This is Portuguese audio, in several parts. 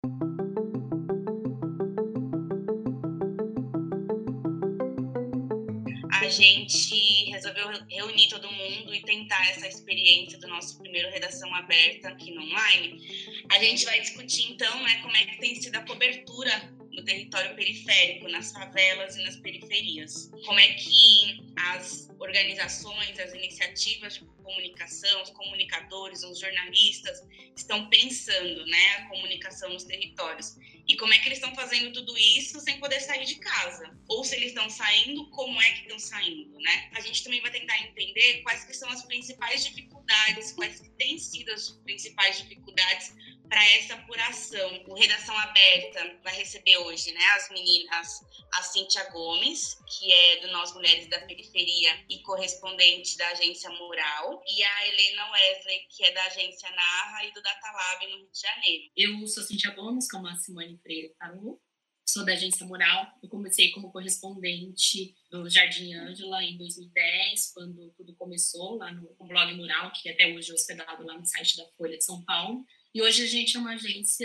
A gente resolveu reunir todo mundo e tentar essa experiência do nosso primeiro Redação Aberta aqui no online. A gente vai discutir, então, né, como é que tem sido a cobertura no território periférico, nas favelas e nas periferias. Como é que as organizações, as iniciativas de comunicação, os comunicadores, os jornalistas estão pensando, né, a comunicação nos territórios. E como é que eles estão fazendo tudo isso sem poder sair de casa? Ou se eles estão saindo, como é que estão saindo, né? A gente também vai tentar entender quais que são as principais dificuldades, quais que têm sido as principais dificuldades para essa apuração. O Redação Aberta vai receber hoje, né, as meninas, a Cíntia Gomes, que é do Nós Mulheres da Periferia e correspondente da Agência Mural, e a Helena Wesley, que é da Agência Narra e do Datalab no Rio de Janeiro. Eu sou Cíntia Gomes, como a Simone Freire falou, sou da Agência Mural. Eu comecei como correspondente do Jardim Ângela em 2010, quando tudo começou lá no blog Mural, que até hoje é hospedado lá no site da Folha de São Paulo. E hoje a gente é uma agência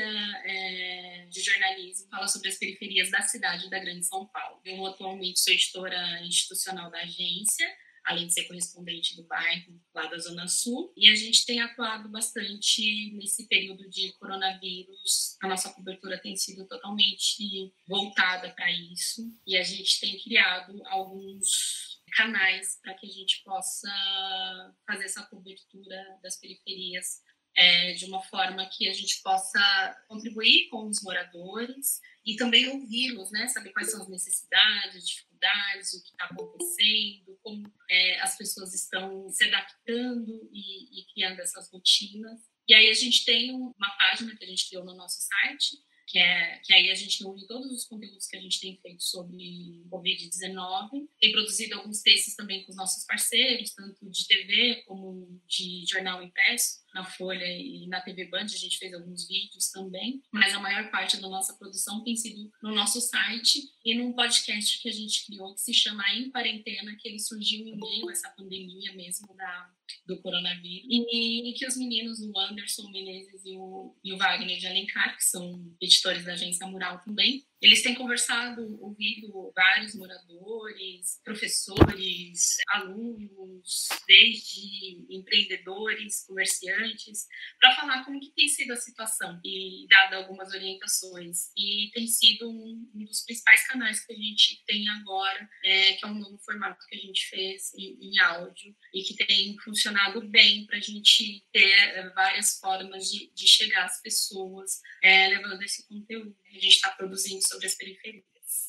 de jornalismo que fala sobre as periferias da cidade da Grande São Paulo. Eu atualmente sou editora institucional da agência, além de ser correspondente do bairro lá da Zona Sul. E a gente tem atuado bastante nesse período de coronavírus. A nossa cobertura tem sido totalmente voltada para isso. E a gente tem criado alguns canais para que a gente possa fazer essa cobertura das periferias de uma forma que a gente possa contribuir com os moradores e também ouvi-los, né? Saber quais são as necessidades, dificuldades, o que está acontecendo, como as pessoas estão se adaptando e criando essas rotinas. E aí a gente tem uma página que a gente criou no nosso site, que aí a gente reúne todos os conteúdos que a gente tem feito sobre Covid-19. Tem produzido alguns textos também com os nossos parceiros, tanto de TV como de jornal impresso, na Folha e na TV Band. A gente fez alguns vídeos também, mas a maior parte da nossa produção tem sido no nosso site e num podcast que a gente criou que se chama Em Quarentena, que ele surgiu em meio a essa pandemia mesmo do coronavírus, e que os meninos, o Anderson Menezes e o Wagner de Alencar, que são editores da Agência Mural também, eles têm conversado, ouvido vários moradores, professores, alunos, desde empreendedores, comerciantes, para falar como que tem sido a situação e dado algumas orientações. E tem sido um dos principais canais que a gente tem agora, que é um novo formato que a gente fez em áudio e que tem funcionado bem para a gente ter várias formas de chegar às pessoas, levando esse conteúdo que a gente está produzindo sobre as periferias.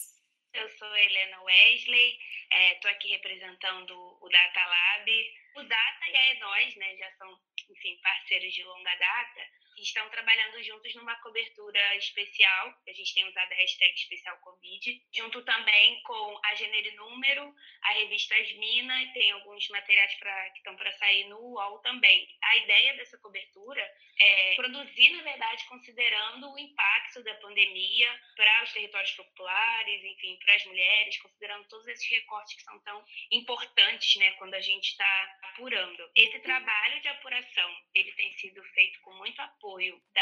Eu sou Helena Wesley, estou aqui representando o Datalab. O Data e nós, né, já são, enfim, parceiros de longa data, e estão trabalhando juntos numa cobertura especial, a gente tem usado a hashtag especial Covid, junto também com a Gênero e Número, a revista Asmina, e tem alguns materiais que estão para sair no UOL também. A ideia dessa cobertura é produzir, na verdade, considerando o impacto da pandemia para os territórios populares, enfim, para as mulheres, considerando todos esses recortes que são tão importantes, né, quando a gente está apurando. Esse trabalho de apuração, ele tem sido feito com muito apoio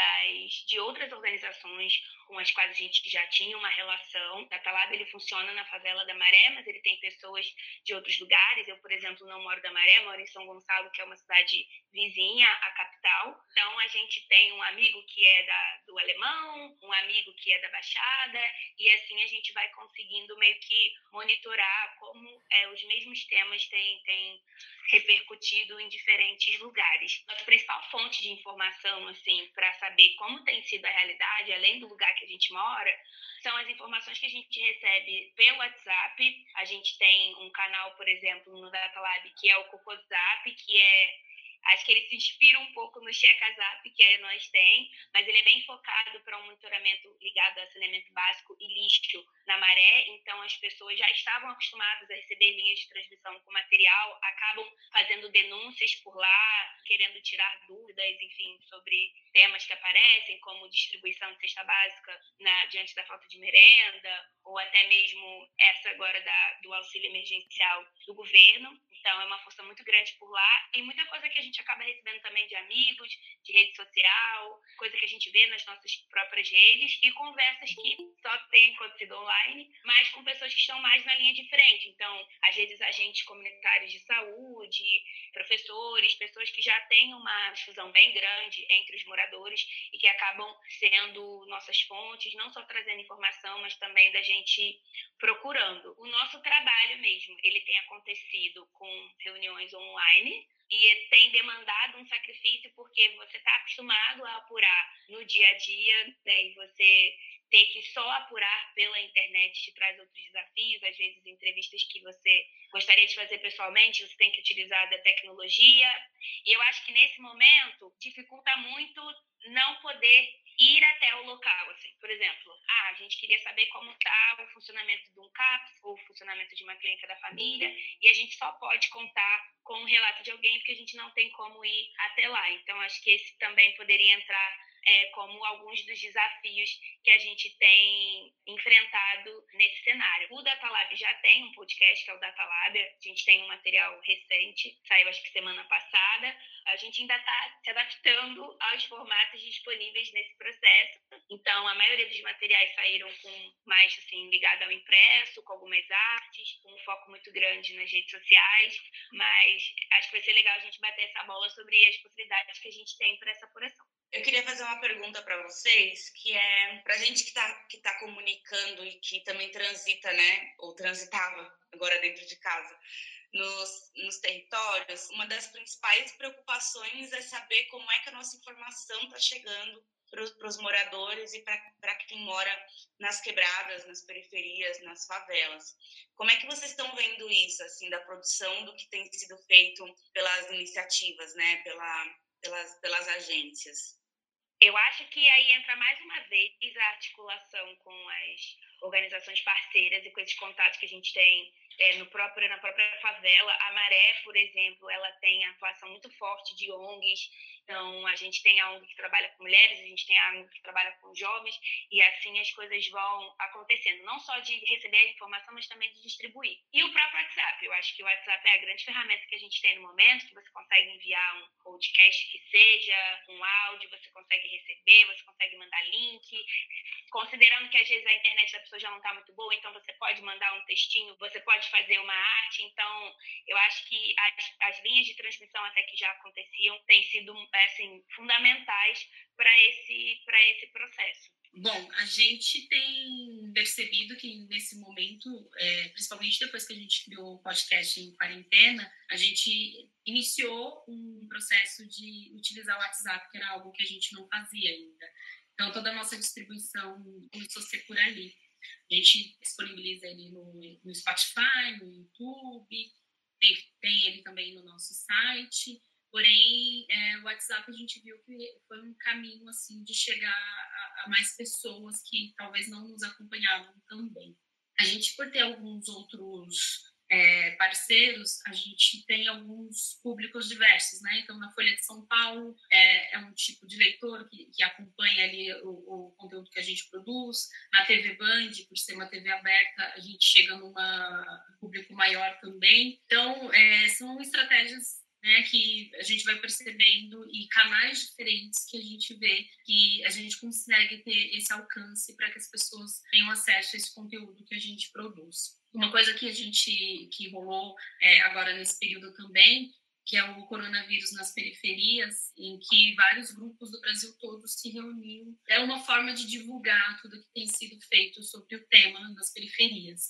de outras organizações com as quais a gente já tinha uma relação. O Datalab, ele funciona na favela da Maré, mas ele tem pessoas de outros lugares. Eu, por exemplo, não moro da Maré, moro em São Gonçalo, que é uma cidade vizinha à capital. Então, a gente tem um amigo que é do Alemão, um amigo que é da Baixada, e assim a gente vai conseguindo meio que monitorar como os mesmos temas têm repercutido em diferentes lugares. Nossa principal fonte de informação, assim, para saber como tem sido a realidade, além do lugar que a gente mora, são as informações que a gente recebe pelo WhatsApp. A gente tem um canal, por exemplo, no Datalab, que é o Cocozap, acho que ele se inspira um pouco no Checazap, que nós tem, mas ele é bem focado para um monitoramento ligado a saneamento básico e lixo na Maré. Então, as pessoas já estavam acostumadas a receber linhas de transmissão com material, acabam fazendo denúncias por lá, querendo tirar dúvidas, enfim, sobre temas que aparecem, como distribuição de cesta básica diante da falta de merenda, ou até mesmo essa agora do auxílio emergencial do governo. Então, é uma força muito grande por lá. Tem muita coisa que a gente acaba recebendo também de amigos, de rede social, coisa que a gente vê nas nossas próprias redes e conversas que só têm acontecido online, mas com pessoas que estão mais na linha de frente. Então, às vezes, agentes comunitários de saúde, professores, pessoas que já têm uma difusão bem grande entre os moradores e que acabam sendo nossas fontes, não só trazendo informação, mas também da gente procurando. O nosso trabalho mesmo, ele tem acontecido com reuniões online e tem demandado um sacrifício porque você está acostumado a apurar no dia a dia, né, e você ter que só apurar pela internet te traz outros desafios, às vezes entrevistas que você gostaria de fazer pessoalmente, você tem que utilizar da tecnologia, e eu acho que nesse momento dificulta muito não poder ir até o local, assim. Por exemplo, a gente queria saber como está o funcionamento de um CAPS ou o funcionamento de uma clínica da família e a gente só pode contar com o relato de alguém porque a gente não tem como ir até lá. Então, acho que esse também poderia entrar como alguns dos desafios que a gente tem enfrentado nesse cenário. O Datalab já tem um podcast, que é o Datalab, a gente tem um material recente, saiu acho que semana passada. A gente ainda está se adaptando aos formatos disponíveis nesse processo. Então, a maioria dos materiais saíram com mais, assim, ligado ao impresso, com algumas artes, com um foco muito grande nas redes sociais, mas acho que vai ser legal a gente bater essa bola sobre as possibilidades que a gente tem para essa apuração. Eu queria fazer uma pergunta para vocês, que é para a gente que tá comunicando e que também transita, né, ou transitava agora dentro de casa, nos territórios, uma das principais preocupações é saber como é que a nossa informação está chegando para os moradores e para quem mora nas quebradas, nas periferias, nas favelas. Como é que vocês estão vendo isso, assim, da produção do que tem sido feito pelas iniciativas, né, pelas agências? Eu acho que aí entra mais uma vez a articulação com as organizações parceiras e com esses contatos que a gente tem na própria favela. A Maré, por exemplo, ela tem atuação muito forte de ONGs. Então, a gente tem a ONG que trabalha com mulheres, a gente tem a ONG que trabalha com jovens, e assim as coisas vão acontecendo. Não só de receber a informação, mas também de distribuir. E o próprio WhatsApp. Eu acho que o WhatsApp é a grande ferramenta que a gente tem no momento, que você consegue enviar um podcast que seja, um áudio, você consegue receber, você consegue mandar link. Considerando que às vezes a internet da pessoa já não está muito boa, então você pode mandar um textinho, você pode fazer uma arte. Então, eu acho que as linhas de transmissão até que já aconteciam têm sido assim, fundamentais para esse processo. Bom, a gente tem percebido que nesse momento, principalmente depois que a gente criou o podcast em quarentena, a gente iniciou um processo de utilizar o WhatsApp, que era algo que a gente não fazia ainda. Então, toda a nossa distribuição começou a ser por ali. A gente disponibiliza ele no Spotify, no YouTube, tem ele também no nosso site. Porém, o WhatsApp a gente viu que foi um caminho assim de chegar a mais pessoas que talvez não nos acompanhavam também. A gente, por ter alguns outros parceiros, a gente tem alguns públicos diversos, né? Então, na Folha de São Paulo, é um tipo de leitor que acompanha ali o conteúdo que a gente produz. Na TV Band, por ser uma TV aberta, a gente chega num público maior também. Então, são estratégias, né, que a gente vai percebendo e canais diferentes que a gente vê que a gente consegue ter esse alcance para que as pessoas tenham acesso a esse conteúdo que a gente produz. Uma coisa que rolou agora nesse período também, que é o coronavírus nas periferias, em que vários grupos do Brasil todo se reuniram. É uma forma de divulgar tudo que tem sido feito sobre o tema das periferias.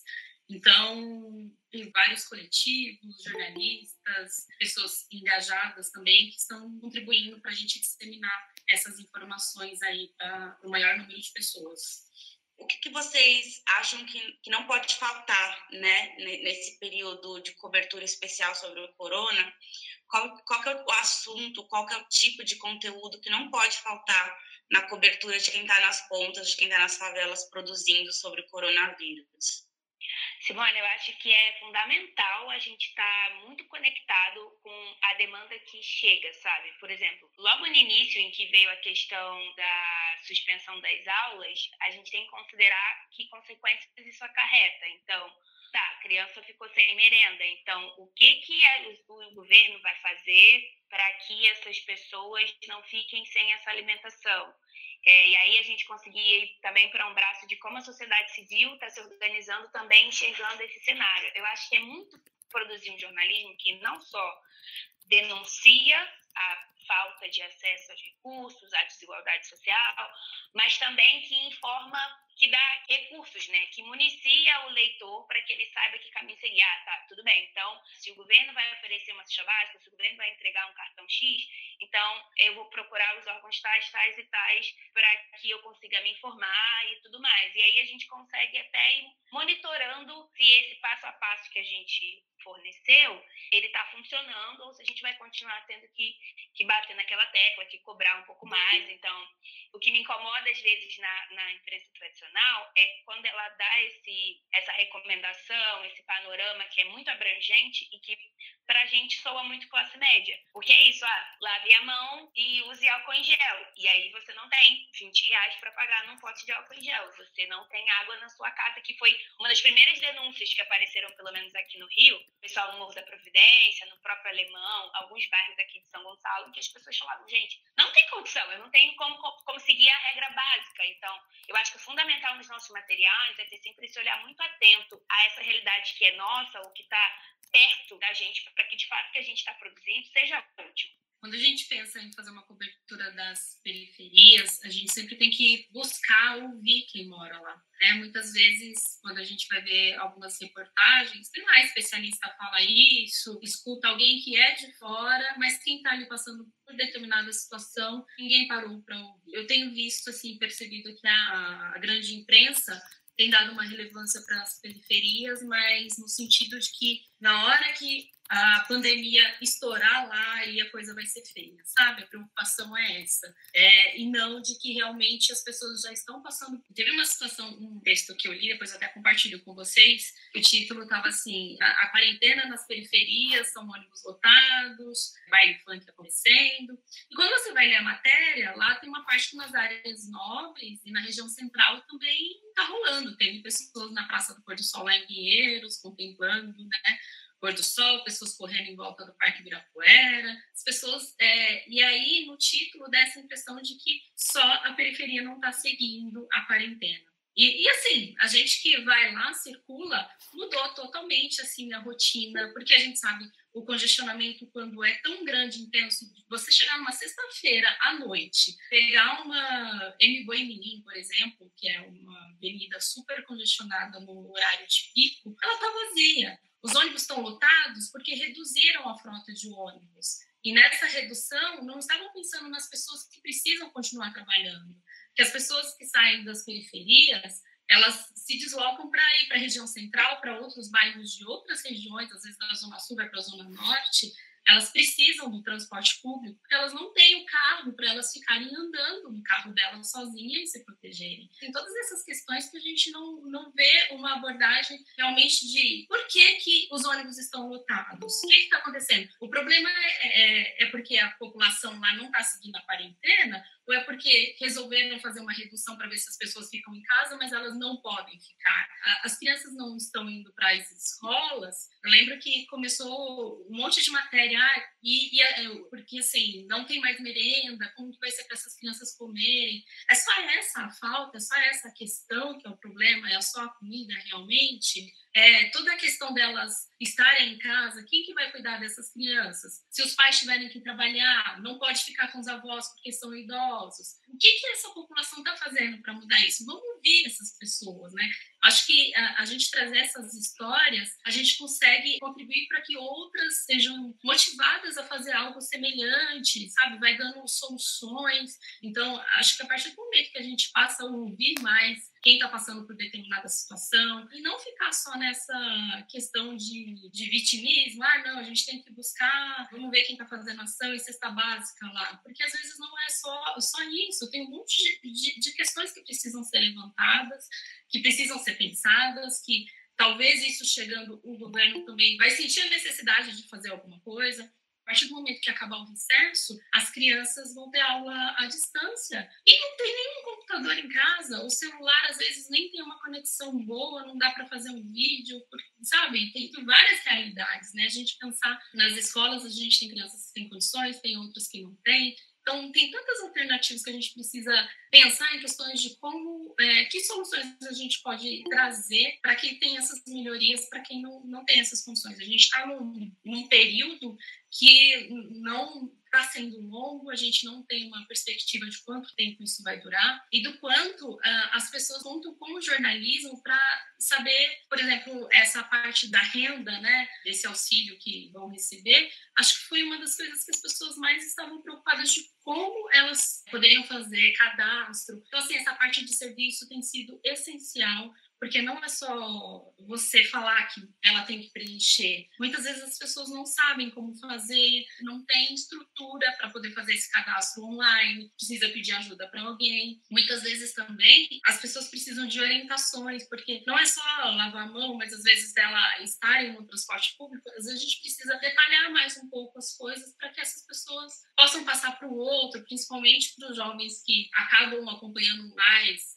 Então, tem vários coletivos, jornalistas, pessoas engajadas também, que estão contribuindo para a gente disseminar essas informações aí para o maior número de pessoas. O que vocês acham que não pode faltar, né, nesse período de cobertura especial sobre o corona? Qual que é o assunto, qual que é o tipo de conteúdo que não pode faltar na cobertura de quem está nas pontas, de quem está nas favelas produzindo sobre o coronavírus? Simone, eu acho que é fundamental a gente estar muito conectado com a demanda que chega, sabe? Por exemplo, logo no início em que veio a questão da suspensão das aulas, a gente tem que considerar que consequências isso acarreta. Então, tá, a criança ficou sem merenda. Então, o que o governo vai fazer para que essas pessoas não fiquem sem essa alimentação? E aí a gente conseguir ir também para um braço de como a sociedade civil está se organizando também, enxergando esse cenário. Eu acho que é muito produzir um jornalismo que não só denuncia a falta de acesso aos recursos, a desigualdade social, mas também que informa, que dá recursos, né? Que municia o leitor para que ele saiba que caminho seguir. Ah, tá, tudo bem. Então, se o governo vai oferecer uma cesta básica, se o governo vai entregar um cartão X, então eu vou procurar os órgãos tais, tais e tais para que eu consiga me informar e tudo mais. E aí a gente consegue até ir monitorando se esse passo a passo que a gente forneceu, ele está funcionando ou se a gente vai continuar tendo que bater naquela tecla, que cobrar um pouco mais. Então, o que me incomoda às vezes na imprensa tradicional é quando ela dá essa recomendação, esse panorama que é muito abrangente e que pra gente soa muito classe média. Porque é isso, lave a mão e use álcool em gel. E aí você não tem R$20 para pagar num pote de álcool em gel. Você não tem água na sua casa, que foi uma das primeiras denúncias que apareceram, pelo menos aqui no Rio, o pessoal no Morro da Providência, no próprio Alemão, alguns bairros aqui de São Gonçalo, que as pessoas falavam, gente, não tem condição, eu não tenho como seguir a regra básica. Então, eu acho que o fundamental nos nossos materiais é ter sempre esse olhar muito atento a essa realidade que é nossa, ou que está perto da gente, para que de fato o que a gente está produzindo seja útil. Quando a gente pensa em fazer uma cobertura das periferias, a gente sempre tem que buscar ouvir quem mora lá, né? Muitas vezes, quando a gente vai ver algumas reportagens, tem lá especialista fala isso, escuta alguém que é de fora, mas quem está ali passando por determinada situação, ninguém parou para ouvir. Eu tenho visto, assim, percebido que a grande imprensa tem dado uma relevância para as periferias, mas no sentido de que na hora que a pandemia estourar lá e a coisa vai ser feia, sabe? A preocupação é essa. E não de que realmente as pessoas já estão passando. Teve uma situação, um texto que eu li, depois eu até compartilho com vocês, que o título estava assim, a quarentena nas periferias, são ônibus lotados, baile funk acontecendo. E quando você vai ler a matéria, lá tem uma parte que nas áreas nobres e na região central também está rolando. Teve pessoas na Praça do Pôr do Sol lá em Pinheiros, contemplando, né? Pôr do sol, pessoas correndo em volta do Parque Ibirapuera, as pessoas... e aí, no título, dá essa impressão de que só a periferia não está seguindo a quarentena. E, assim, a gente que vai lá, circula, mudou totalmente, assim, a rotina, porque a gente sabe o congestionamento, quando é tão grande, intenso, você chegar numa sexta-feira à noite, pegar uma M-Boi Mirim, por exemplo, que é uma avenida super congestionada no horário de pico, ela está vazia. Os ônibus estão lotados porque reduziram a frota de ônibus. E nessa redução, não estavam pensando nas pessoas que precisam continuar trabalhando. Que as pessoas que saem das periferias, elas se deslocam para ir para a região central, para outros bairros de outras regiões, às vezes da Zona Sul vai para a Zona Norte, elas precisam do transporte público, porque elas não têm o carro para elas ficarem andando no carro delas sozinhas e se protegerem. Tem todas essas questões que a gente não vê uma abordagem realmente de por que os ônibus estão lotados, o que está acontecendo. O problema é porque a população lá não está seguindo a quarentena, ou é porque resolveram fazer uma redução para ver se as pessoas ficam em casa, mas elas não podem ficar. As crianças não estão indo para as escolas. Eu lembro que começou um monte de matéria, porque assim, não tem mais merenda, como que vai ser para essas crianças comerem? É só essa a falta, é só essa a questão que é o problema, é só a comida realmente? Toda a questão delas estarem em casa, quem que vai cuidar dessas crianças? Se os pais tiverem que trabalhar, não pode ficar com os avós porque são idosos. O que essa população está fazendo para mudar isso? Vamos ouvir essas pessoas, né? Acho que a gente trazer essas histórias, a gente consegue contribuir para que outras sejam motivadas a fazer algo semelhante, sabe? Vai dando soluções. Então, acho que a partir do momento que a gente passa a ouvir mais quem está passando por determinada situação, e não ficar só nessa questão de vitimismo, não, a gente tem que buscar, vamos ver quem está fazendo ação e cesta básica lá, porque às vezes não é só isso, tem um monte de questões que precisam ser levantadas, que precisam ser pensadas, que talvez isso chegando, o governo também vai sentir a necessidade de fazer alguma coisa. A partir do momento que acabar o recesso, as crianças vão ter aula à distância. E não tem nenhum computador em casa, o celular às vezes nem tem uma conexão boa, não dá para fazer um vídeo, sabe? Tem várias realidades, né? A gente pensar nas escolas, a gente tem crianças que têm condições, tem outras que não têm. Então, tem tantas alternativas que a gente precisa pensar em questões de como, que soluções a gente pode trazer para quem tem essas melhorias, para quem não tem essas funções. A gente está num período que não está sendo longo, a gente não tem uma perspectiva de quanto tempo isso vai durar e do quanto as pessoas contam com o jornalismo para saber, por exemplo, essa parte da renda, né, desse auxílio que vão receber. Acho que foi uma das coisas que as pessoas mais estavam preocupadas de como elas poderiam fazer cadastro. Então, assim, essa parte de serviço tem sido essencial, porque não é só você falar que ela tem que preencher. Muitas vezes as pessoas não sabem como fazer, não tem estrutura para poder fazer esse cadastro online, precisa pedir ajuda para alguém. Muitas vezes também as pessoas precisam de orientações, porque não é só lavar a mão, mas às vezes ela estar em um transporte público, às vezes a gente precisa detalhar mais um pouco as coisas para que essas pessoas possam passar para o outro, principalmente para os jovens que acabam acompanhando mais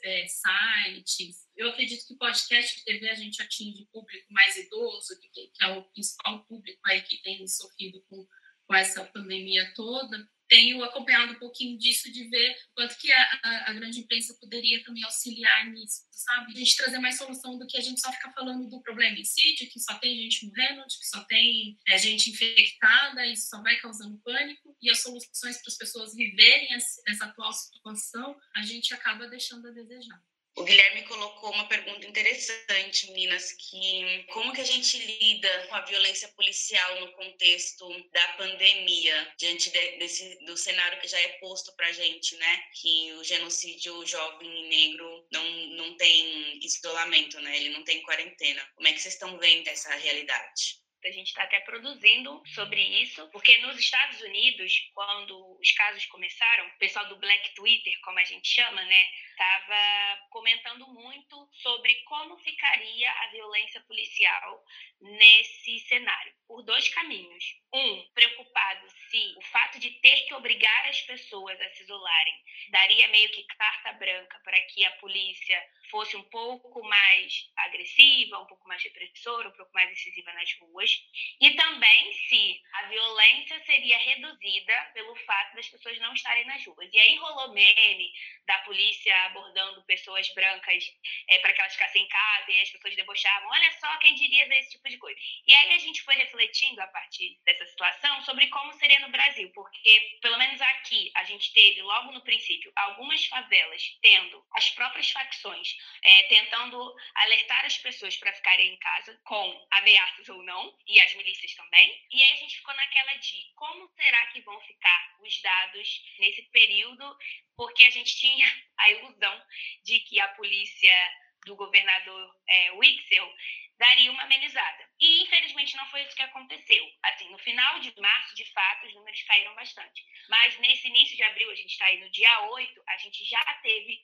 sites. Eu acredito que podcast e TV a gente atinge público mais idoso, que é o principal público aí que tem sofrido com essa pandemia toda. Tenho acompanhado um pouquinho disso, de ver quanto que a grande imprensa poderia também auxiliar nisso, sabe? A gente trazer mais solução do que a gente só ficar falando do problema em si, de que só tem gente morrendo, de que só tem gente infectada, isso só vai causando pânico, e as soluções para as pessoas viverem essa atual situação, a gente acaba deixando a desejar. O Guilherme colocou uma pergunta interessante, meninas, que como que a gente lida com a violência policial no contexto da pandemia, diante do cenário que já é posto para a gente, né? Que o genocídio jovem e negro não tem isolamento, né? Ele não tem quarentena. Como é que vocês estão vendo essa realidade? A gente está até produzindo sobre isso, porque nos Estados Unidos, quando os casos começaram, o pessoal do Black Twitter, como a gente chama, né, estava comentando muito sobre como ficaria a violência policial nesse cenário, por dois caminhos. Preocupado se o fato de ter que obrigar as pessoas a se isolarem daria meio que carta branca para que a polícia fosse um pouco mais agressiva, um pouco mais repressora, um pouco mais incisiva nas ruas. E também se a violência seria reduzida pelo fato das pessoas não estarem nas ruas. E aí rolou meme da polícia abordando pessoas brancas para que elas ficassem em casa, e as pessoas debochavam, olha só, quem diria ver esse tipo de coisa. E aí a gente foi refletindo a partir dessa situação sobre como seria no Brasil, porque pelo menos aqui a gente teve logo no princípio algumas favelas tendo as próprias facções tentando alertar as pessoas para ficarem em casa, com ameaças ou não, e as milícias também. E aí a gente ficou naquela de como será que vão ficar os dados nesse período, porque a gente tinha a ilusão de que a polícia do governador Wixel daria uma amenizada. E, infelizmente, não foi isso que aconteceu. Assim, no final de março, de fato, os números caíram bastante. Mas nesse início de abril, a gente está aí no dia 8, a gente já teve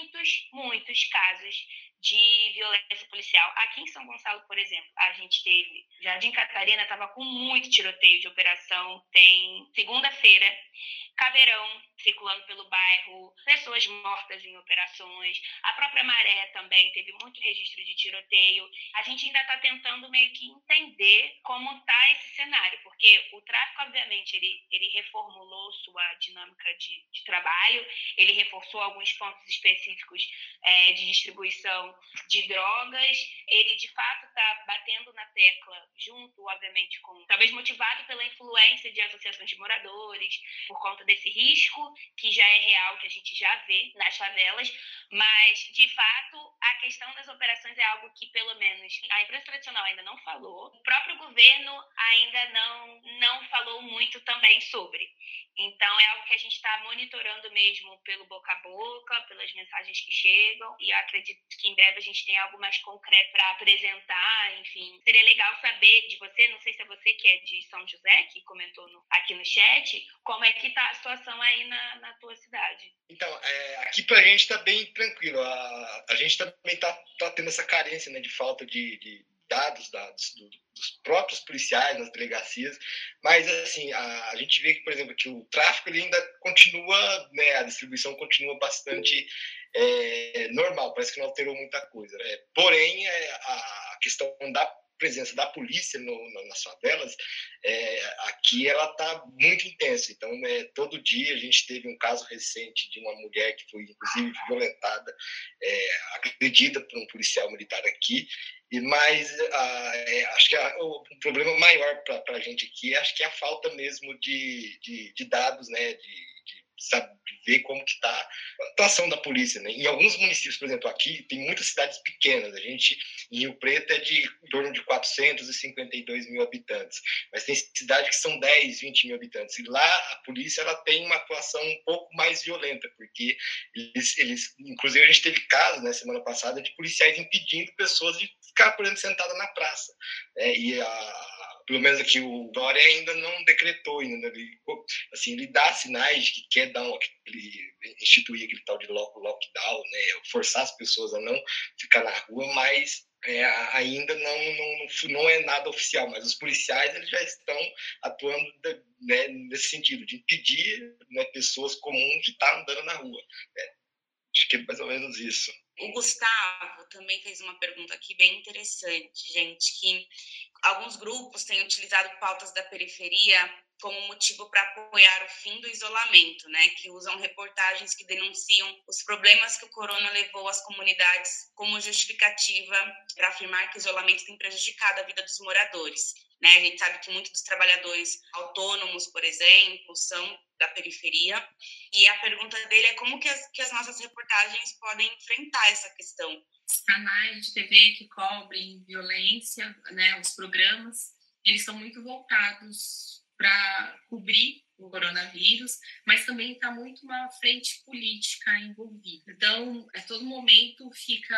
muitos casos de violência policial. Aqui em São Gonçalo, por exemplo, a gente teve... Jardim Catarina estava com muito tiroteio de operação. Tem segunda-feira, caveirão circulando pelo bairro, pessoas mortas em operações. A própria Maré também teve muito registro de tiroteio. A gente ainda está tentando meio que entender como está esse cenário, porque o tráfico, obviamente, ele reformulou sua dinâmica de trabalho, ele reforçou alguns pontos específicos de distribuição de drogas, ele, de fato, está batendo na tecla, junto, obviamente, com, talvez motivado pela influência de associações de moradores, por conta desse risco, que já é real, que a gente já vê nas favelas, mas, de fato, a questão das operações é algo que, pelo menos, a imprensa tradicional ainda não falou, o próprio governo ainda não falou muito também sobre. Então, é algo que a gente está monitorando mesmo pelo boca a boca, pelas mensagens que chegam, e eu acredito que em breve a gente tem algo mais concreto para apresentar, enfim. Seria legal saber de você, não sei se é você que é de São José, que comentou aqui no chat, como é que está a situação aí na tua cidade. Então, aqui pra gente tá bem tranquilo. A gente também tá tendo essa carência, né, de falta de dados dos próprios policiais nas delegacias, mas assim, a gente vê que, por exemplo, que o tráfico ele ainda continua, né, a distribuição continua bastante normal, parece que não alterou muita coisa. Porém, a questão da presença da polícia nas favelas, aqui ela está muito intensa. Então, todo dia a gente teve um caso recente de uma mulher que foi, inclusive, violentada, agredida por um policial militar aqui. Mas acho que o problema maior para a gente aqui, acho que é a falta mesmo de dados, né, de ver como que está a atuação da polícia, né? Em alguns municípios, por exemplo, aqui tem muitas cidades pequenas. A gente, em Rio Preto, é de em torno de 452 mil habitantes. Mas tem cidades que são 10, 20 mil habitantes. E lá a polícia ela tem uma atuação um pouco mais violenta, porque eles inclusive a gente teve casos, né, semana passada, de policiais impedindo pessoas de ficar, por exemplo, sentada na praça. E pelo menos aqui o Dória ainda não decretou, ainda ele dá sinais de que quer instituir aquele tal de lockdown, né, forçar as pessoas a não ficar na rua, mas ainda não é nada oficial. Mas os policiais eles já estão atuando, né, nesse sentido, de impedir, né, pessoas comuns de estar andando na rua. Acho que é mais ou menos isso. O Gustavo também fez uma pergunta aqui bem interessante, gente, que alguns grupos têm utilizado pautas da periferia como motivo para apoiar o fim do isolamento, né? Que usam reportagens que denunciam os problemas que o corona levou às comunidades como justificativa para afirmar que o isolamento tem prejudicado a vida dos moradores, né? A gente sabe que muitos dos trabalhadores autônomos, por exemplo, são da periferia, e a pergunta dele é como que as nossas reportagens podem enfrentar essa questão. Os canais de TV que cobrem violência, né, os programas, eles são muito voltados para cobrir o coronavírus, mas também está muito uma frente política envolvida. Então, a todo momento fica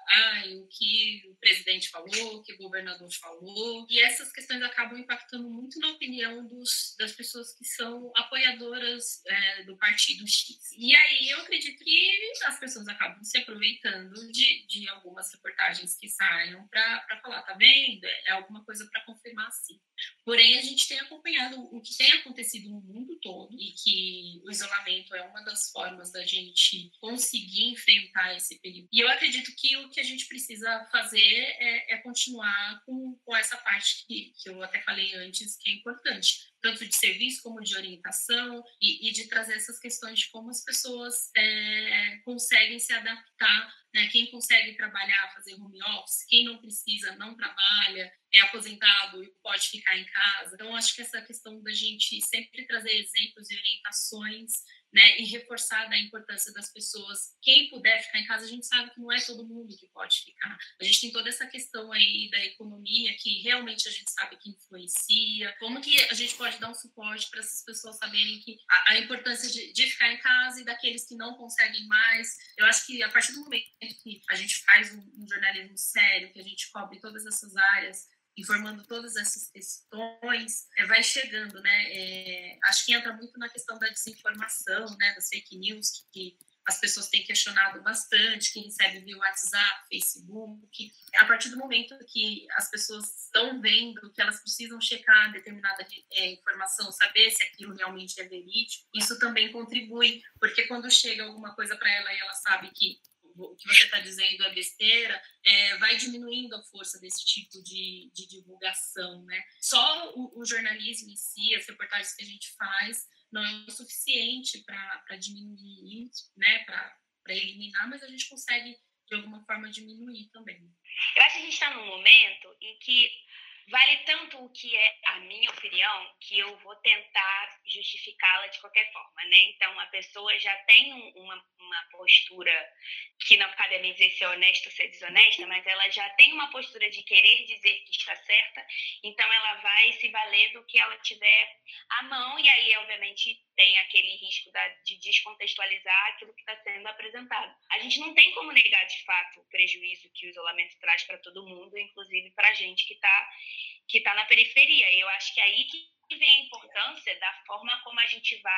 o que o presidente falou, o que o governador falou, e essas questões acabam impactando muito na opinião das pessoas que são apoiadoras do partido X. E aí eu acredito que as pessoas acabam se aproveitando de algumas reportagens que saiam para falar, tá vendo? É alguma coisa para confirmar sim. Porém, a gente tem acompanhado o que tem acontecido no mundo todo e que o isolamento é uma das formas da gente conseguir enfrentar esse período. E eu acredito que o que a gente precisa fazer é continuar com essa parte que eu até falei antes, que é importante, tanto de serviço como de orientação e de trazer essas questões de como as pessoas conseguem se adaptar, né? Quem consegue trabalhar, fazer home office, quem não precisa, não trabalha, é aposentado e pode ficar em casa. Então, acho que essa questão da gente sempre trazer exemplos e orientações, né, e reforçar a importância das pessoas. Quem puder ficar em casa, a gente sabe que não é todo mundo que pode ficar. A gente tem toda essa questão aí da economia que realmente a gente sabe que influencia. Como que a gente pode dar um suporte para essas pessoas saberem que a importância de ficar em casa e daqueles que não conseguem mais. Eu acho que a partir do momento que a gente faz um jornalismo sério, que a gente cobre todas essas áreas, informando todas essas questões, vai chegando, né? Acho que entra muito na questão da desinformação, né? Das fake news, que as pessoas têm questionado bastante, que recebem via WhatsApp, Facebook. A partir do momento que as pessoas estão vendo que elas precisam checar determinada informação, saber se aquilo realmente é verídico, isso também contribui, porque quando chega alguma coisa para ela e ela sabe que o que você está dizendo é besteira, vai diminuindo a força desse tipo de divulgação, né? Só o jornalismo em si, as reportagens que a gente faz, não é o suficiente para diminuir isso, né? Para eliminar, mas a gente consegue, de alguma forma, diminuir também. Eu acho que a gente está num momento em que vale tanto o que é a minha opinião, que eu vou tentar justificá-la de qualquer forma, né? Então, a pessoa já tem uma postura, que não cabe a mim dizer se é honesta ou se é desonesta, mas ela já tem uma postura de querer dizer que está certa, então ela vai se valer do que ela tiver à mão, e aí, obviamente, tem aquele risco de descontextualizar aquilo que está sendo apresentado. A gente não tem como negar, de fato, o prejuízo que o isolamento traz para todo mundo, inclusive para a gente que está na periferia. E eu acho que é aí que vem a importância da forma como a gente vai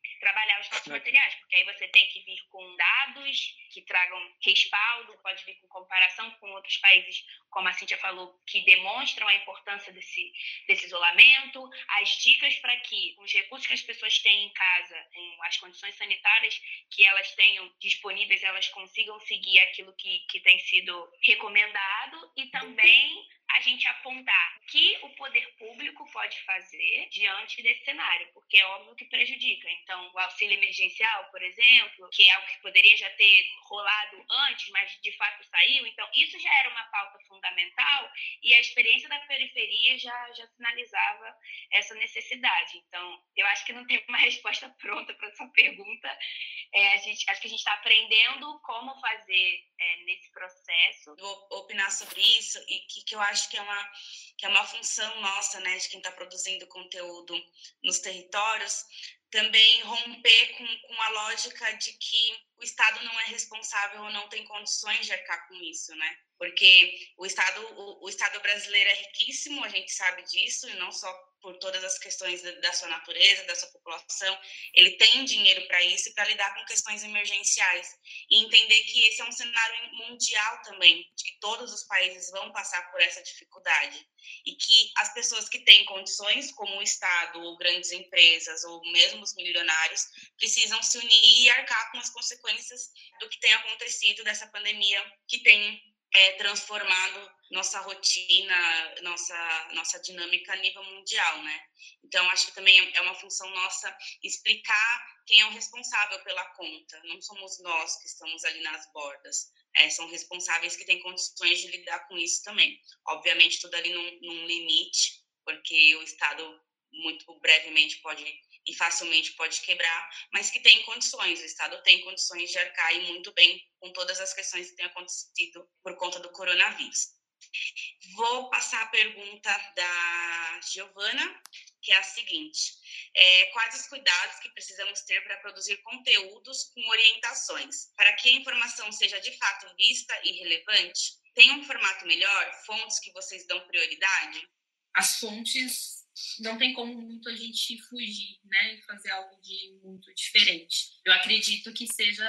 trabalhar os nossos materiais, porque aí você tem que vir com dados que tragam respaldo, pode vir com comparação com outros países, como a Cíntia falou, que demonstram a importância desse isolamento, as dicas para que os recursos que as pessoas têm em casa, com as condições sanitárias que elas tenham disponíveis, elas consigam seguir aquilo que tem sido recomendado, e também a gente apontar o que o poder público pode fazer diante desse cenário, porque é óbvio que prejudica. Então, o auxílio emergencial, por exemplo, que é algo que poderia já ter rolado antes, mas de fato saiu, então isso já era uma pauta fundamental, e a experiência da periferia já sinalizava essa necessidade. Então, eu acho que não tem uma resposta pronta para essa pergunta. Acho que a gente está aprendendo como fazer nesse processo. Vou opinar sobre isso, e que eu acho que é uma função nossa, né, de quem está produzindo conteúdo nos territórios, também romper com a lógica de que o Estado não é responsável ou não tem condições de arcar com isso, né? Porque o Estado brasileiro é riquíssimo, a gente sabe disso, e não só por todas as questões da sua natureza, da sua população, ele tem dinheiro para isso, para lidar com questões emergenciais, e entender que esse é um cenário mundial também, de que todos os países vão passar por essa dificuldade, e que as pessoas que têm condições, como o Estado, ou grandes empresas, ou mesmo os milionários, precisam se unir e arcar com as consequências do que tem acontecido, dessa pandemia que tem transformado nossa rotina, nossa dinâmica a nível mundial, né? Então, acho que também é uma função nossa explicar quem é o responsável pela conta. Não somos nós que estamos ali nas bordas. São responsáveis que têm condições de lidar com isso também. Obviamente, tudo ali num limite, porque o Estado muito brevemente e facilmente pode quebrar, mas que tem condições, o Estado tem condições de arcar, e muito bem, com todas as questões que têm acontecido por conta do coronavírus. Vou passar a pergunta da Giovana, que é a seguinte: quais os cuidados que precisamos ter para produzir conteúdos com orientações, para que a informação seja de fato vista e relevante? Tem um formato melhor? Fontes que vocês dão prioridade? As fontes não tem como muito a gente fugir, né, e fazer algo de muito diferente. Eu acredito que seja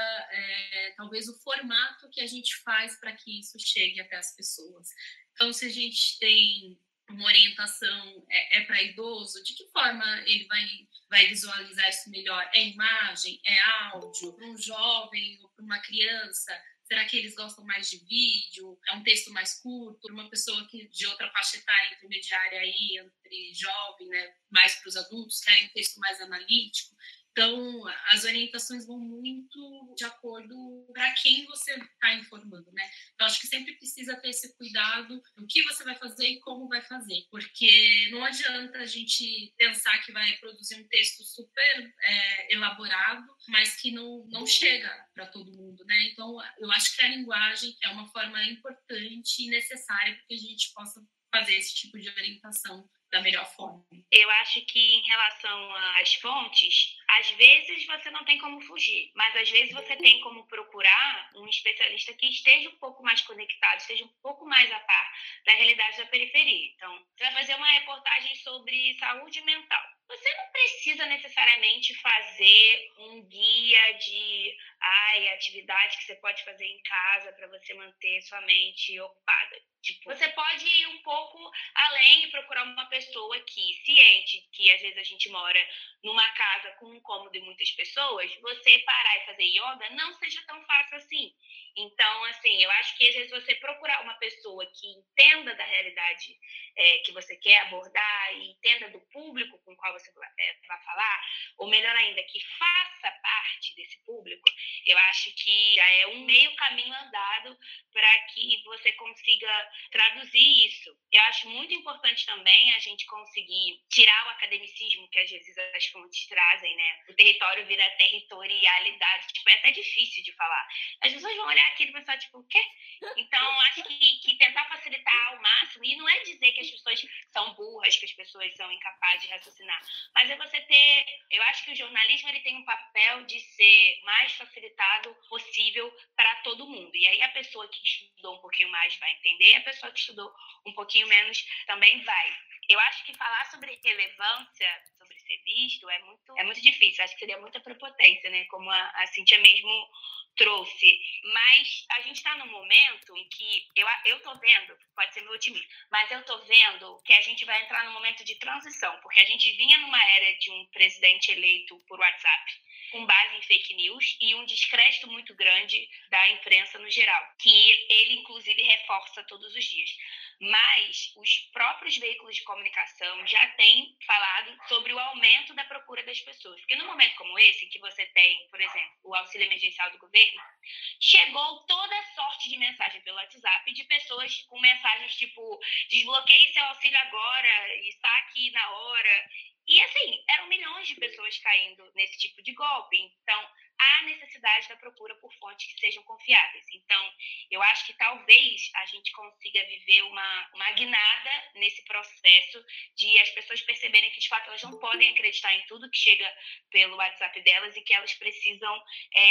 talvez o formato que a gente faz para que isso chegue até as pessoas. Então, se a gente tem uma orientação para idoso, de que forma ele vai visualizar isso melhor? É imagem? É áudio? Para um jovem ou para uma criança? Será que eles gostam mais de vídeo? É um texto mais curto? Uma pessoa que de outra faixa etária intermediária aí, entre jovem, né, mais para os adultos, querem um texto mais analítico. Então, as orientações vão muito de acordo para quem você está informando, né? Eu acho que sempre precisa ter esse cuidado do que você vai fazer e como vai fazer, porque não adianta a gente pensar que vai produzir um texto super elaborado, mas que não chega para todo mundo, né? Então, eu acho que a linguagem é uma forma importante e necessária para que a gente possa fazer esse tipo de orientação da melhor forma. Eu acho que em relação às fontes, às vezes você não tem como fugir, mas às vezes você tem como procurar um especialista que esteja um pouco mais conectado, esteja um pouco mais a par da realidade da periferia. Então, você vai fazer uma reportagem sobre saúde mental. Você não precisa necessariamente fazer um guia de atividade que você pode fazer em casa para você manter sua mente ocupada. Tipo, você pode ir um pouco além e procurar uma pessoa que, ciente que às vezes a gente mora numa casa com um cômodo e muitas pessoas, você parar e fazer yoga não seja tão fácil assim. Então, assim, eu acho que às vezes você procurar uma pessoa que entenda da realidade que você quer abordar e entenda do público com o qual você vai falar, ou melhor ainda, que faça parte desse público, eu acho que já é um meio caminho andado para que você consiga traduzir isso. Eu acho muito importante também a gente conseguir tirar o academicismo que às vezes as fontes trazem, né? O território vira territorialidade, tipo, é até difícil de falar. As pessoas vão olhar aquilo e pensar, tipo, o quê? Então, acho que tentar facilitar ao máximo, e não é dizer que as pessoas são burras, que as pessoas são incapazes de raciocinar, mas é você ter... Eu acho que o jornalismo ele tem um papel de ser mais facilitado possível para todo mundo. E aí a pessoa que estudou um pouquinho mais vai entender, a pessoa que estudou um pouquinho menos também vai. Eu acho que falar sobre relevância, sobre ser visto, é muito difícil. Acho que seria muita prepotência, né? Como a Cíntia mesmo trouxe. Mas a gente está num momento em que eu tô vendo, pode ser meu otimismo, mas eu tô vendo que a gente vai entrar num momento de transição, porque a gente vinha numa era de um presidente eleito por WhatsApp, com base em fake news e um descrédito muito grande da imprensa no geral, que ele, inclusive, reforça todos os dias. Mas os próprios veículos de comunicação já têm falado sobre o aumento da procura das pessoas. Porque num momento como esse, em que você tem, por exemplo, o auxílio emergencial do governo, chegou toda sorte de mensagem pelo WhatsApp de pessoas com mensagens tipo: desbloqueie seu auxílio agora e saque na hora. E assim, eram milhões de pessoas caindo nesse tipo de golpe. Então, há necessidade da procura por fontes que sejam confiáveis. Então, eu acho que talvez a gente consiga viver uma guinada nesse processo de as pessoas perceberem que, de fato, elas não podem acreditar em tudo que chega pelo WhatsApp delas e que elas precisam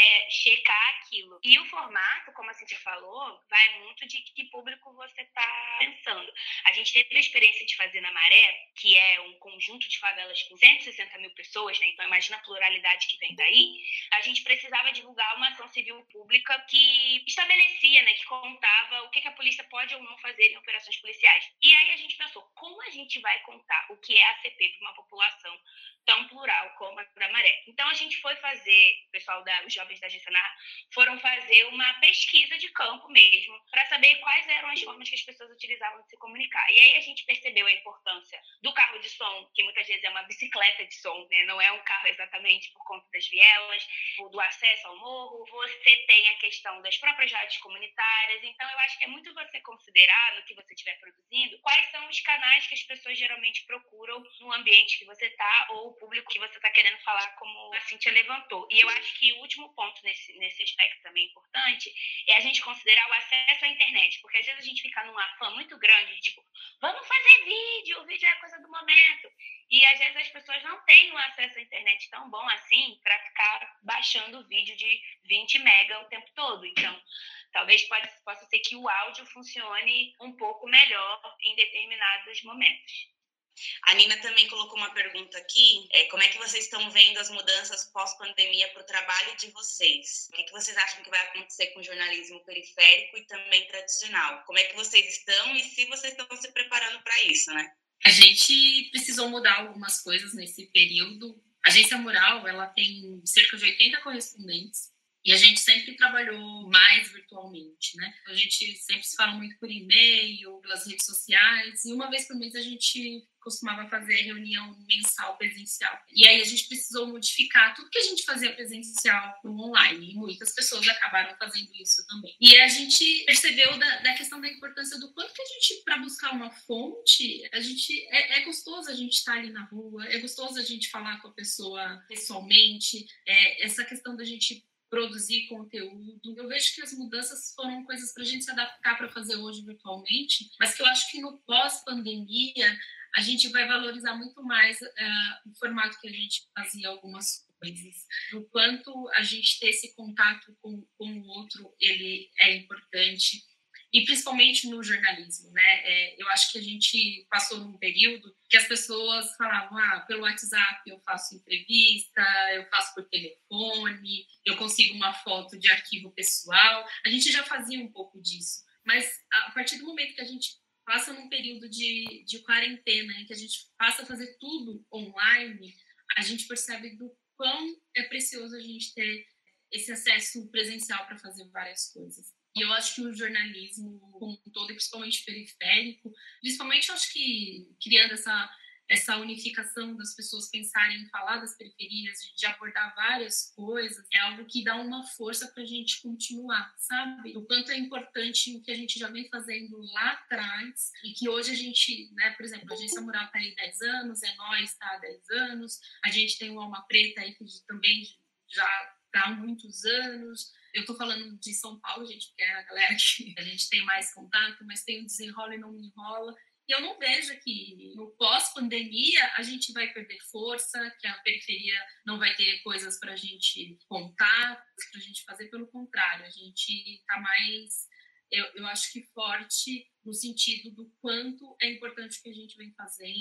checar aquilo. E o formato, como a Cíntia falou, vai muito de que público você está pensando. A gente teve a experiência de fazer na Maré, que é um conjunto de favelas com 160 mil pessoas, né? Então imagina a pluralidade que vem daí. A gente precisava divulgar uma ação civil pública que estabelecia, né, que contava o que a polícia pode ou não fazer em operações policiais. E aí a gente pensou, como a gente vai contar o que é a CP para uma população tão plural como a da Maré? Então a gente foi fazer, os jovens da Agência Narra foram fazer uma pesquisa de campo mesmo, para saber quais eram as formas que as pessoas utilizavam de se comunicar. E aí a gente percebeu a importância do carro de som, que muitas vezes é uma bicicleta de som, né? Não é um carro exatamente por conta das vielas, ou do acesso ao morro. Você tem a questão das próprias rádios comunitárias. Então eu acho que é muito você considerar, no que você estiver produzindo, quais são os canais que as pessoas geralmente procuram no ambiente que você está, ou o público que você está querendo falar, como a Cíntia levantou. E eu acho que o último ponto nesse aspecto também importante é a gente considerar o acesso à internet, porque às vezes a gente fica num afã muito grande de tipo, vamos fazer vídeo, o vídeo é a coisa do momento. E às vezes as pessoas não têm um acesso à internet tão bom assim para ficar baixando vídeo de 20 mega o tempo todo. Então, talvez possa ser que o áudio funcione um pouco melhor em determinados momentos. A Nina também colocou uma pergunta aqui, como é que vocês estão vendo as mudanças pós-pandemia para o trabalho de vocês? O que vocês acham que vai acontecer com o jornalismo periférico e também tradicional? Como é que vocês estão e se vocês estão se preparando para isso, né? A gente precisou mudar algumas coisas nesse período. A Agência Mural, ela tem cerca de 80 correspondentes e a gente sempre trabalhou mais virtualmente, né? A gente sempre se fala muito por e-mail, pelas redes sociais, e uma vez por mês a gente costumava fazer reunião mensal presencial. E aí a gente precisou modificar tudo que a gente fazia presencial para o online, e muitas pessoas acabaram fazendo isso também. E a gente percebeu da questão da importância do quanto que a gente, para buscar uma fonte, a gente é gostoso a gente estar ali na rua, é gostoso a gente falar com a pessoa pessoalmente, essa questão da gente produzir conteúdo. Eu vejo que as mudanças foram coisas para a gente se adaptar para fazer hoje virtualmente, mas que eu acho que no pós-pandemia a gente vai valorizar muito mais o formato que a gente fazia algumas coisas. Do quanto a gente ter esse contato com o outro, ele é importante. E principalmente no jornalismo, né? Eu acho que a gente passou num período que as pessoas falavam, pelo WhatsApp eu faço entrevista, eu faço por telefone, eu consigo uma foto de arquivo pessoal. A gente já fazia um pouco disso, mas a partir do momento que a gente passa num período de quarentena, em que a gente passa a fazer tudo online, a gente percebe do quão é precioso a gente ter esse acesso presencial para fazer várias coisas. E eu acho que o jornalismo como um todo, e principalmente periférico, principalmente eu acho que criando essa unificação das pessoas pensarem em falar das periferias, de abordar várias coisas, é algo que dá uma força para a gente continuar, sabe? O quanto é importante o que a gente já vem fazendo lá atrás e que hoje a gente, né, por exemplo, a Agência Mural está aí 10 anos, Nós está há 10 anos, a gente tem o Alma Preta aí que também já está há muitos anos. Eu estou falando de São Paulo, gente, porque é a galera que a gente tem mais contato, mas tem o Desenrola e Não Me Enrola. E eu não vejo que no pós-pandemia a gente vai perder força, que a periferia não vai ter coisas para a gente contar, para a gente fazer. Pelo contrário, a gente está mais, eu acho que forte no sentido do quanto é importante o que a gente vem fazendo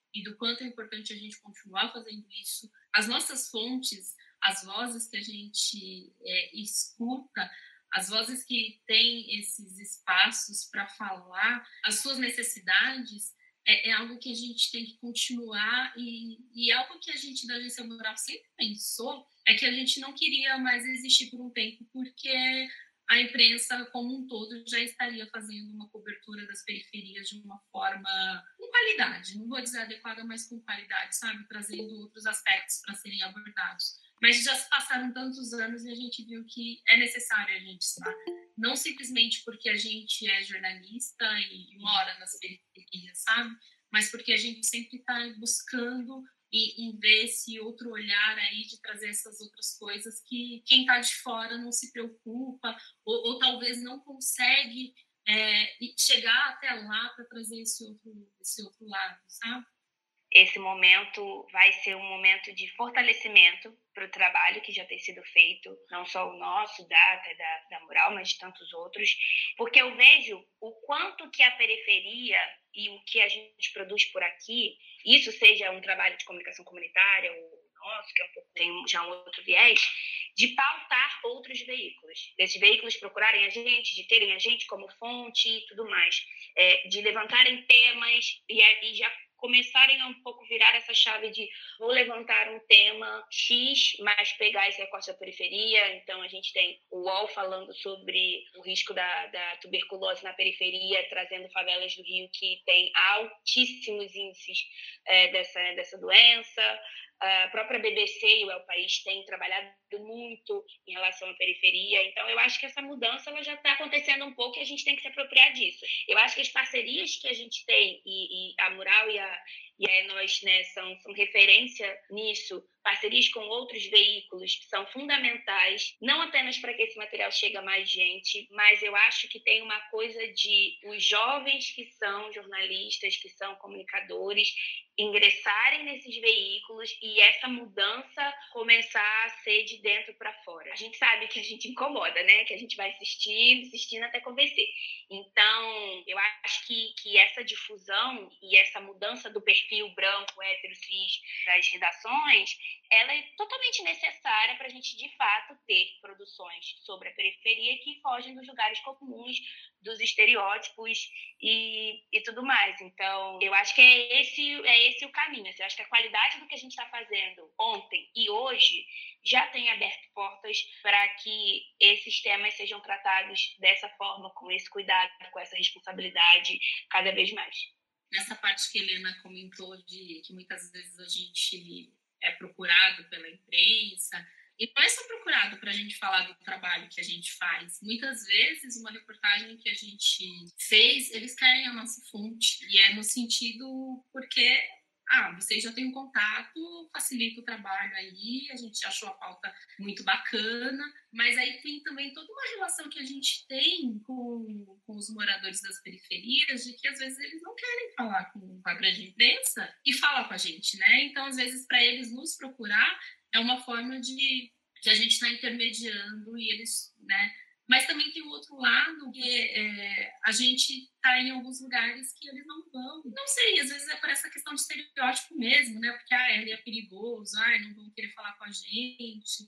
e do quanto é importante a gente continuar fazendo isso. As nossas fontes, as vozes que a gente escuta, as vozes que têm esses espaços para falar as suas necessidades, é algo que a gente tem que continuar, e algo que a gente da Agência Mural sempre pensou é que a gente não queria mais existir por um tempo, porque a imprensa como um todo já estaria fazendo uma cobertura das periferias de uma forma com qualidade, não vou dizer adequada, mas com qualidade, sabe? Trazendo outros aspectos para serem abordados. Mas já se passaram tantos anos e a gente viu que é necessário a gente estar. Não simplesmente porque a gente é jornalista e mora nas periferias, sabe? Mas porque a gente sempre está buscando em ver esse outro olhar aí de trazer essas outras coisas que quem está de fora não se preocupa ou talvez não consegue chegar até lá para trazer esse outro lado, sabe? Esse momento vai ser um momento de fortalecimento para o trabalho que já tem sido feito, não só o nosso, da Mural, mas de tantos outros, porque eu vejo o quanto que a periferia e o que a gente produz por aqui, isso seja um trabalho de comunicação comunitária, o nosso, que é tem já um outro viés, de pautar outros veículos, desses veículos procurarem a gente, de terem a gente como fonte e tudo mais, de levantarem temas e já começarem a um pouco virar essa chave de vou levantar um tema X, mas pegar esse recorte da periferia. Então, a gente tem o UOL falando sobre o risco da tuberculose na periferia, trazendo favelas do Rio que têm altíssimos índices dessa doença. A própria BBC e o El País têm trabalhado muito em relação à periferia. Então, eu acho que essa mudança ela já está acontecendo um pouco e a gente tem que se apropriar disso. Eu acho que as parcerias que a gente tem, e a Mural e a nós, né, são referência nisso, parcerias com outros veículos que são fundamentais, não apenas para que esse material chegue a mais gente, mas eu acho que tem uma coisa de os jovens que são jornalistas, que são comunicadores, ingressarem nesses veículos e essa mudança começar a ser de dentro para fora. A gente sabe que a gente incomoda, né? Que a gente vai insistindo até convencer. Então, eu acho que essa difusão e essa mudança do perfil branco, hétero, cis das redações, ela é totalmente necessária para a gente, de fato, ter produções sobre a periferia que fogem dos lugares comuns, dos estereótipos e tudo mais. Então, eu acho que é esse o caminho. Assim, eu acho que a qualidade do que a gente está fazendo ontem e hoje já tem aberto portas para que esses temas sejam tratados dessa forma, com esse cuidado, com essa responsabilidade, cada vez mais. Nessa parte que a Helena comentou de que muitas vezes a gente é procurado pela imprensa, e não é só procurado para a gente falar do trabalho que a gente faz. Muitas vezes, uma reportagem que a gente fez, eles querem a nossa fonte. E é no sentido porque vocês já têm um contato, facilita o trabalho aí, a gente achou a pauta muito bacana, mas aí tem também toda uma relação que a gente tem com os moradores das periferias, de que às vezes eles não querem falar com a grande imprensa e falar com a gente, né? Então, às vezes, para eles nos procurar, é uma forma de a gente estar intermediando e eles, né? Mas também tem o outro lado, que a gente está em alguns lugares que eles não vão. Não sei, às vezes é por essa questão de estereótipo mesmo, né? Porque ele é perigoso, não vão querer falar com a gente.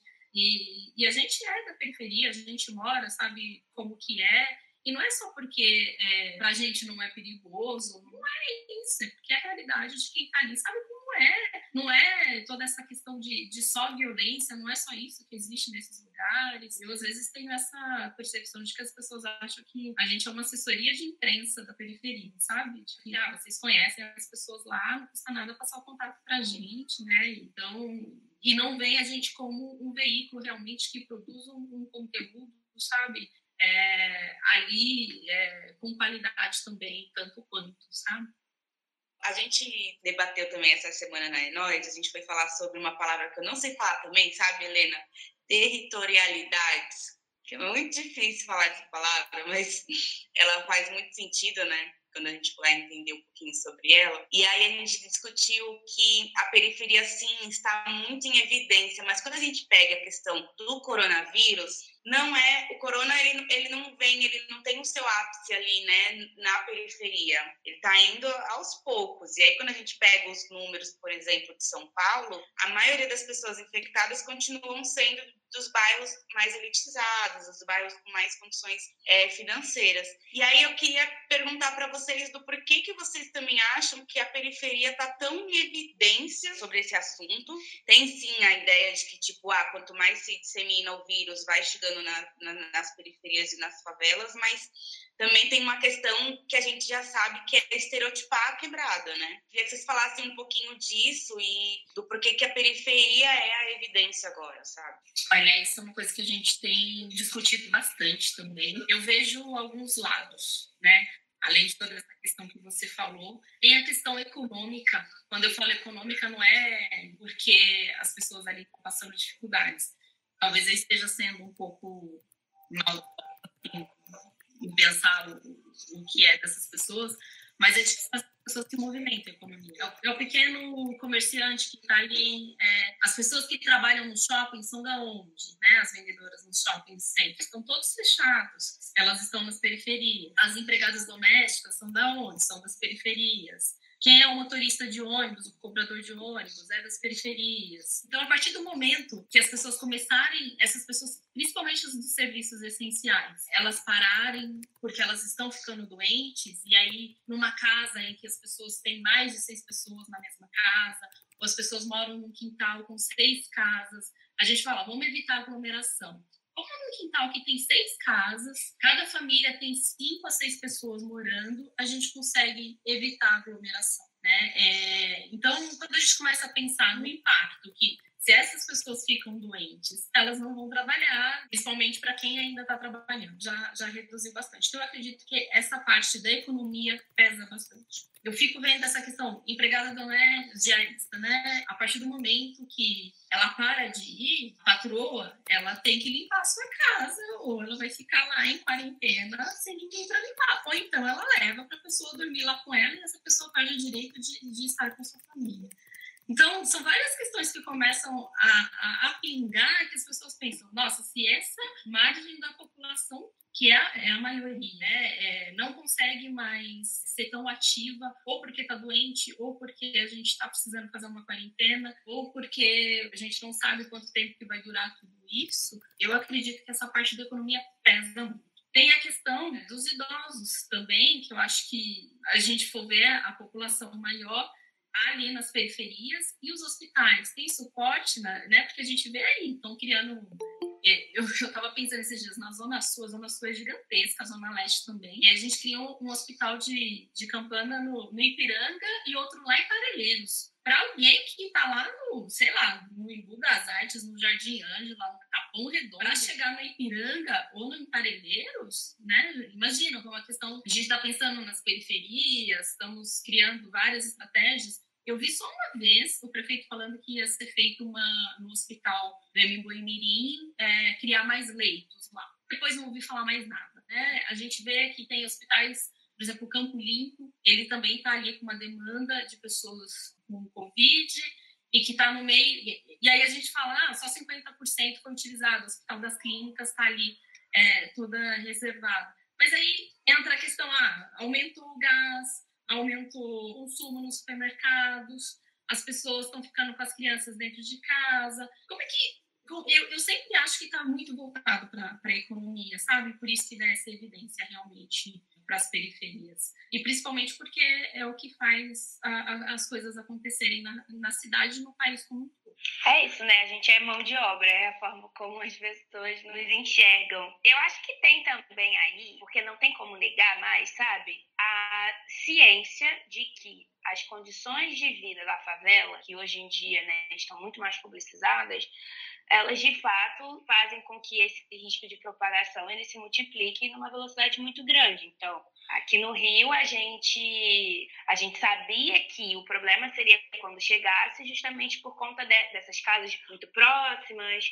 E a gente é da periferia, a gente mora, sabe como que é. E não é só porque pra gente não é perigoso, não é isso, é porque é a realidade de quem tá ali sabe como é. Não é toda essa questão de só violência, não é só isso que existe nesses lugares. Eu, às vezes, tenho essa percepção de que as pessoas acham que a gente é uma assessoria de imprensa da periferia, sabe? De que, vocês conhecem as pessoas lá, não custa nada passar o contato pra gente, né? Então, e não veem a gente como um veículo realmente que produz um conteúdo, sabe? Ali com qualidade também, tanto quanto, sabe? A gente debateu também essa semana na Enóis, a gente foi falar sobre uma palavra que eu não sei falar também, sabe, Helena? Territorialidades, que é muito difícil falar essa palavra, mas ela faz muito sentido, né? quando a gente vai entender um pouquinho sobre ela. E aí a gente discutiu que a periferia, sim, está muito em evidência, mas quando a gente pega a questão do coronavírus, o corona, ele não vem, ele não tem o seu ápice ali, né, na periferia. Ele está indo aos poucos. E aí, quando a gente pega os números, por exemplo, de São Paulo, a maioria das pessoas infectadas continuam sendo dos bairros mais elitizados, dos bairros com mais condições financeiras. E aí eu queria perguntar para vocês do porquê que vocês também acham que a periferia está tão em evidência sobre esse assunto. Tem sim a ideia de que, quanto mais se dissemina o vírus, vai chegando nas periferias e nas favelas, mas também tem uma questão que a gente já sabe, que é estereotipar a quebrada, né? Queria que vocês falassem um pouquinho disso e do porquê que a periferia é a evidência agora, sabe? Olha, isso é uma coisa que a gente tem discutido bastante também. Eu vejo alguns lados, né? Além de toda essa questão que você falou, tem a questão econômica. Quando eu falo econômica, não é porque as pessoas ali estão passando dificuldades. Talvez eu esteja sendo um pouco mal em pensar o que é dessas pessoas, mas é tipo as pessoas que movimentam a economia. É o pequeno comerciante que está ali, as pessoas que trabalham no shopping são da onde? Né? As vendedoras nos shopping centers estão todos fechados, elas estão nas periferias. As empregadas domésticas são da onde? São das periferias. Quem é o motorista de ônibus, o cobrador de ônibus, é das periferias. Então, a partir do momento que as pessoas começarem, essas pessoas, principalmente os dos serviços essenciais, elas pararem porque elas estão ficando doentes, e aí, numa casa em que as pessoas têm mais de 6 pessoas na mesma casa, ou as pessoas moram num quintal com 6 casas, a gente fala, vamos evitar aglomeração. Como num quintal que tem 6 casas, cada família tem 5 a 6 pessoas morando, a gente consegue evitar a aglomeração, né? Então, quando a gente começa a pensar no impacto que se essas pessoas ficam doentes, elas não vão trabalhar, principalmente para quem ainda está trabalhando, já reduziu bastante. Então, eu acredito que essa parte da economia pesa bastante. Eu fico vendo essa questão, empregada não é diarista, né? A partir do momento que ela para de ir, a patroa, ela tem que limpar a sua casa, ou ela vai ficar lá em quarentena sem ninguém para limpar. Ou então ela leva para a pessoa dormir lá com ela e essa pessoa perde o direito de estar com a sua família. Então, são várias questões que começam a pingar, que as pessoas pensam, nossa, se essa margem da população, que é a maioria, né, não consegue mais ser tão ativa, ou porque está doente, ou porque a gente está precisando fazer uma quarentena, ou porque a gente não sabe quanto tempo que vai durar tudo isso, eu acredito que essa parte da economia pesa muito. Tem a questão dos idosos também, que eu acho que a gente for ver a população maior ali nas periferias, e os hospitais têm suporte, né? Porque a gente vê aí, estão criando... Eu estava pensando esses dias na Zona Sul, a Zona Sul é gigantesca, a Zona Leste também, e a gente criou um hospital de Campana no Ipiranga e outro lá em Parelheiros. Para alguém que está lá no Embu das Artes, no Jardim Ângela, no Capão Redondo, para chegar no Ipiranga ou no Parelheiros, né? Imagina, é uma questão... A gente está pensando nas periferias, estamos criando várias estratégias. Eu vi só uma vez o prefeito falando que ia ser feito no hospital do Embu-Mirim, criar mais leitos lá. Depois não ouvi falar mais nada, né? A gente vê que tem hospitais, por exemplo, o Campo Limpo, ele também está ali com uma demanda de pessoas com Covid e que está no meio... E aí a gente fala, só 50% foi utilizado, o Hospital das Clínicas está ali toda reservada. Mas aí entra a questão, aumenta o gás, aumenta o consumo nos supermercados, as pessoas estão ficando com as crianças dentro de casa. Como é que... Eu sempre acho que está muito voltado para a economia, sabe? Por isso que dá essa evidência realmente para as periferias. E principalmente porque é o que faz as coisas acontecerem na cidade e no país como um todo. É isso, né? A gente é mão de obra, é a forma como as pessoas nos enxergam. Eu acho que tem também aí, porque não tem como negar mais, sabe? A ciência de que as condições de vida da favela, que hoje em dia, né, estão muito mais publicizadas, elas de fato fazem com que esse risco de propagação ele se multiplique numa velocidade muito grande. Então, Aqui no Rio, a gente sabia que o problema seria quando chegasse, justamente por conta dessas casas muito próximas,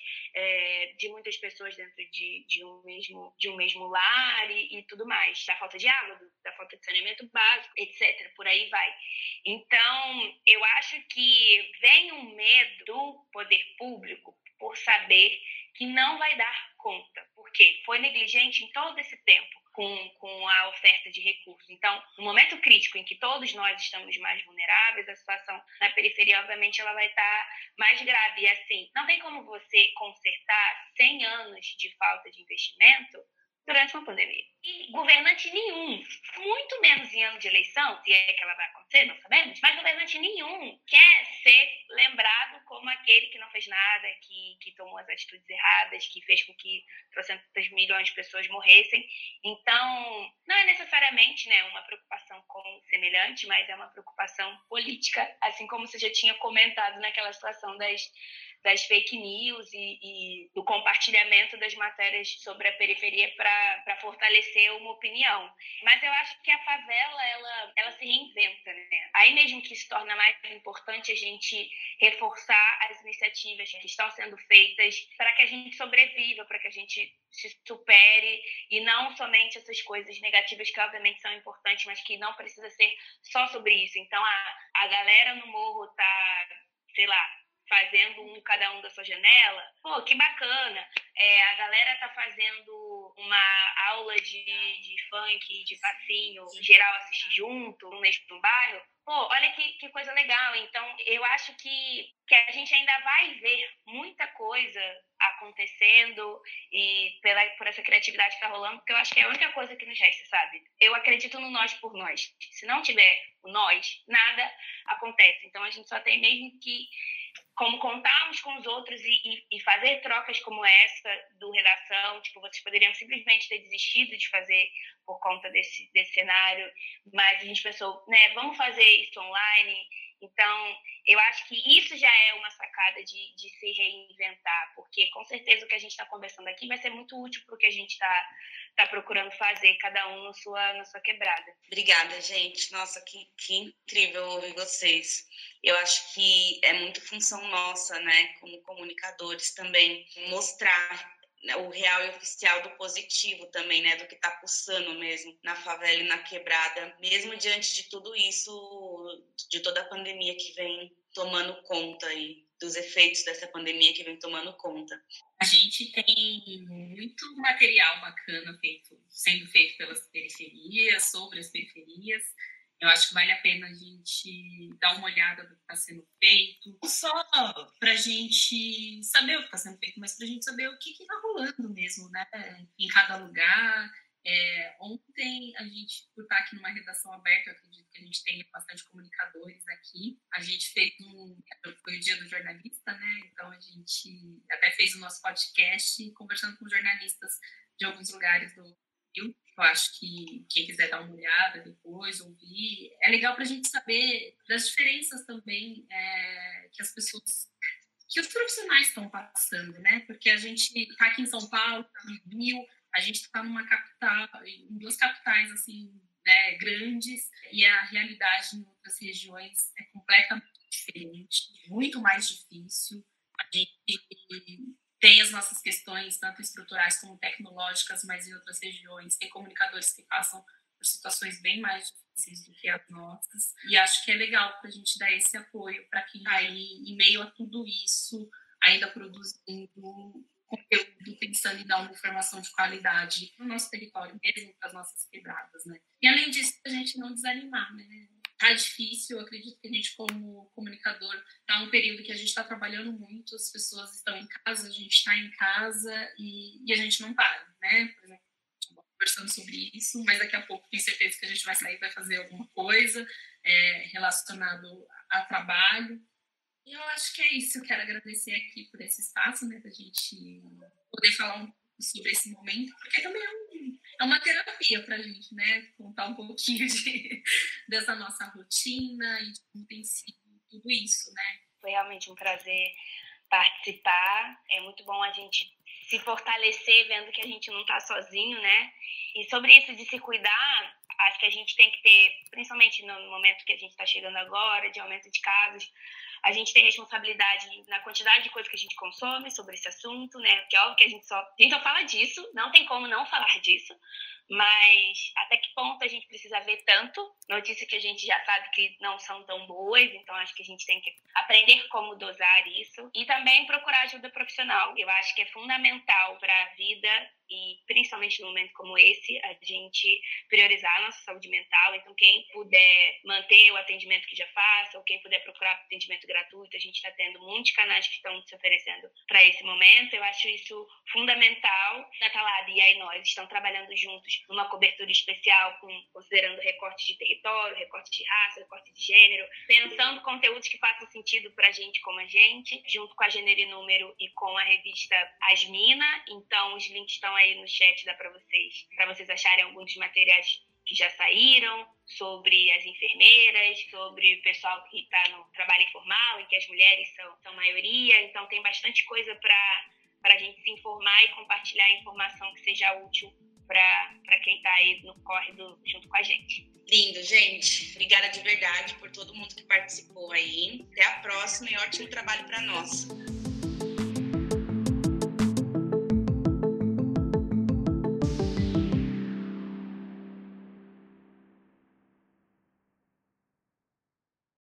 de muitas pessoas dentro de um mesmo lar e tudo mais, da falta de água, da falta de saneamento básico, etc. Por aí vai. Então, eu acho que vem um medo do poder público por saber que não vai dar conta, porque foi negligente em todo esse tempo com a oferta de recursos. Então, no momento crítico em que todos nós estamos mais vulneráveis, a situação na periferia, obviamente, ela vai estar mais grave. E assim, não tem como você consertar 100 anos de falta de investimento durante uma pandemia. E governante nenhum, muito menos em ano de eleição, se é que ela vai acontecer, não sabemos, mas governante nenhum quer ser lembrado como aquele que não fez nada, que tomou as atitudes erradas, que fez com que 300 milhões de pessoas morressem. Então, não é necessariamente, né, uma preocupação com o semelhante, mas é uma preocupação política, assim como você já tinha comentado naquela situação das fake news e do compartilhamento das matérias sobre a periferia para fortalecer uma opinião. Mas eu acho que a favela, ela se reinventa, né? Aí mesmo que se torna mais importante a gente reforçar as iniciativas que estão sendo feitas para que a gente sobreviva, para que a gente se supere, e não somente essas coisas negativas que obviamente são importantes, mas que não precisa ser só sobre isso. Então a galera no morro tá, sei lá, fazendo cada um da sua janela, pô, que bacana. A galera tá fazendo uma aula de funk, de passinho, em geral assiste junto, no mesmo bairro. Pô, olha que coisa legal. Então, eu acho que a gente ainda vai ver muita coisa acontecendo e por essa criatividade que tá rolando, porque eu acho que é a única coisa que nos resta, sabe? Eu acredito no nós por nós. Se não tiver o nós, nada acontece. Então, a gente só tem mesmo que como contar uns com os outros e fazer trocas como essa do Redação. Tipo, vocês poderiam simplesmente ter desistido de fazer por conta desse cenário, mas a gente pensou, né, vamos fazer isso online. Então, eu acho que isso já é uma sacada de se reinventar, porque com certeza o que a gente está conversando aqui vai ser muito útil para o que a gente está procurando fazer, cada um na sua quebrada. Obrigada, gente. Nossa, que incrível ouvir vocês. Eu acho que é muito função nossa, né, como comunicadores também, mostrar o real e oficial do positivo também, né, do que está pulsando mesmo na favela e na quebrada, mesmo diante de tudo isso, de toda a pandemia que vem tomando conta e dos efeitos dessa pandemia que vem tomando conta. A gente tem muito material bacana sendo feito pelas periferias, sobre as periferias. Eu acho que vale a pena a gente dar uma olhada no que está sendo feito, não só para a gente saber o que está sendo feito, mas para a gente saber o que está rolando mesmo, né? Em cada lugar. Ontem, a gente, por estar aqui numa redação aberta, eu acredito que a gente tenha bastante comunicadores aqui. A gente foi o dia do jornalista, né? Então, a gente até fez o nosso podcast conversando com jornalistas de alguns lugares do Rio. Eu acho que quem quiser dar uma olhada depois, ouvir, é legal para a gente saber das diferenças também que as pessoas, que os profissionais estão passando, né? Porque a gente está aqui em São Paulo, está no Rio, a gente está numa capital, em duas capitais assim, né, grandes, e a realidade em outras regiões é completamente diferente, muito mais difícil. A gente tem as nossas questões, tanto estruturais como tecnológicas, mas em outras regiões tem comunicadores que passam por situações bem mais difíceis do que as nossas. E acho que é legal para a gente dar esse apoio para quem está aí, em meio a tudo isso, ainda produzindo conteúdo, pensando em dar uma informação de qualidade no nosso território, mesmo para as nossas quebradas, né? E além disso, a gente não desanimar, né? Tá difícil, eu acredito que a gente, como comunicador, tá um período que a gente está trabalhando muito, as pessoas estão em casa, a gente está em casa e a gente não para, né? Por exemplo, a gente tá conversando sobre isso, mas daqui a pouco tenho certeza que a gente vai sair, vai fazer alguma coisa relacionado a trabalho. E eu acho que é isso. Eu quero agradecer aqui por esse espaço, né, da gente poder falar um pouco sobre esse momento, porque também é uma terapia para a gente, né, contar um pouquinho dessa nossa rotina e de como tem sido tudo isso, né. Foi realmente um prazer participar. É muito bom a gente se fortalecer vendo que a gente não está sozinho, né. E sobre isso de se cuidar, acho que a gente tem que ter, principalmente no momento que a gente está chegando agora, de aumento de casos, a gente tem responsabilidade na quantidade de coisas que a gente consome sobre esse assunto, né? Porque é óbvio que a gente só fala disso, não tem como não falar disso, mas até que ponto a gente precisa ver tanto notícias que a gente já sabe que não são tão boas, então acho que a gente tem que aprender como dosar isso e também procurar ajuda profissional. Eu acho que é fundamental para a vida e principalmente num momento como esse, a gente priorizar a nossa saúde mental. Então, quem puder manter o atendimento que já faça, ou quem puder procurar atendimento gratuito, a gente está tendo muitos canais que estão se oferecendo para esse momento. Eu acho isso fundamental. A Talab e a nós estão trabalhando juntos numa cobertura especial, considerando recortes de território, recortes de raça, recortes de gênero, pensando conteúdos que façam sentido para a gente como a gente, junto com a Gênero e Número e com a revista Asmina. Então, os links estão aí no chat, dá para vocês acharem alguns dos materiais que já saíram, sobre as enfermeiras, sobre o pessoal que está no trabalho informal, em que as mulheres são maioria. Então, tem bastante coisa para a gente se informar e compartilhar informação que seja útil para quem está aí no corre junto com a gente. Lindo, gente. Obrigada de verdade por todo mundo que participou aí. Até a próxima e ótimo trabalho para nós.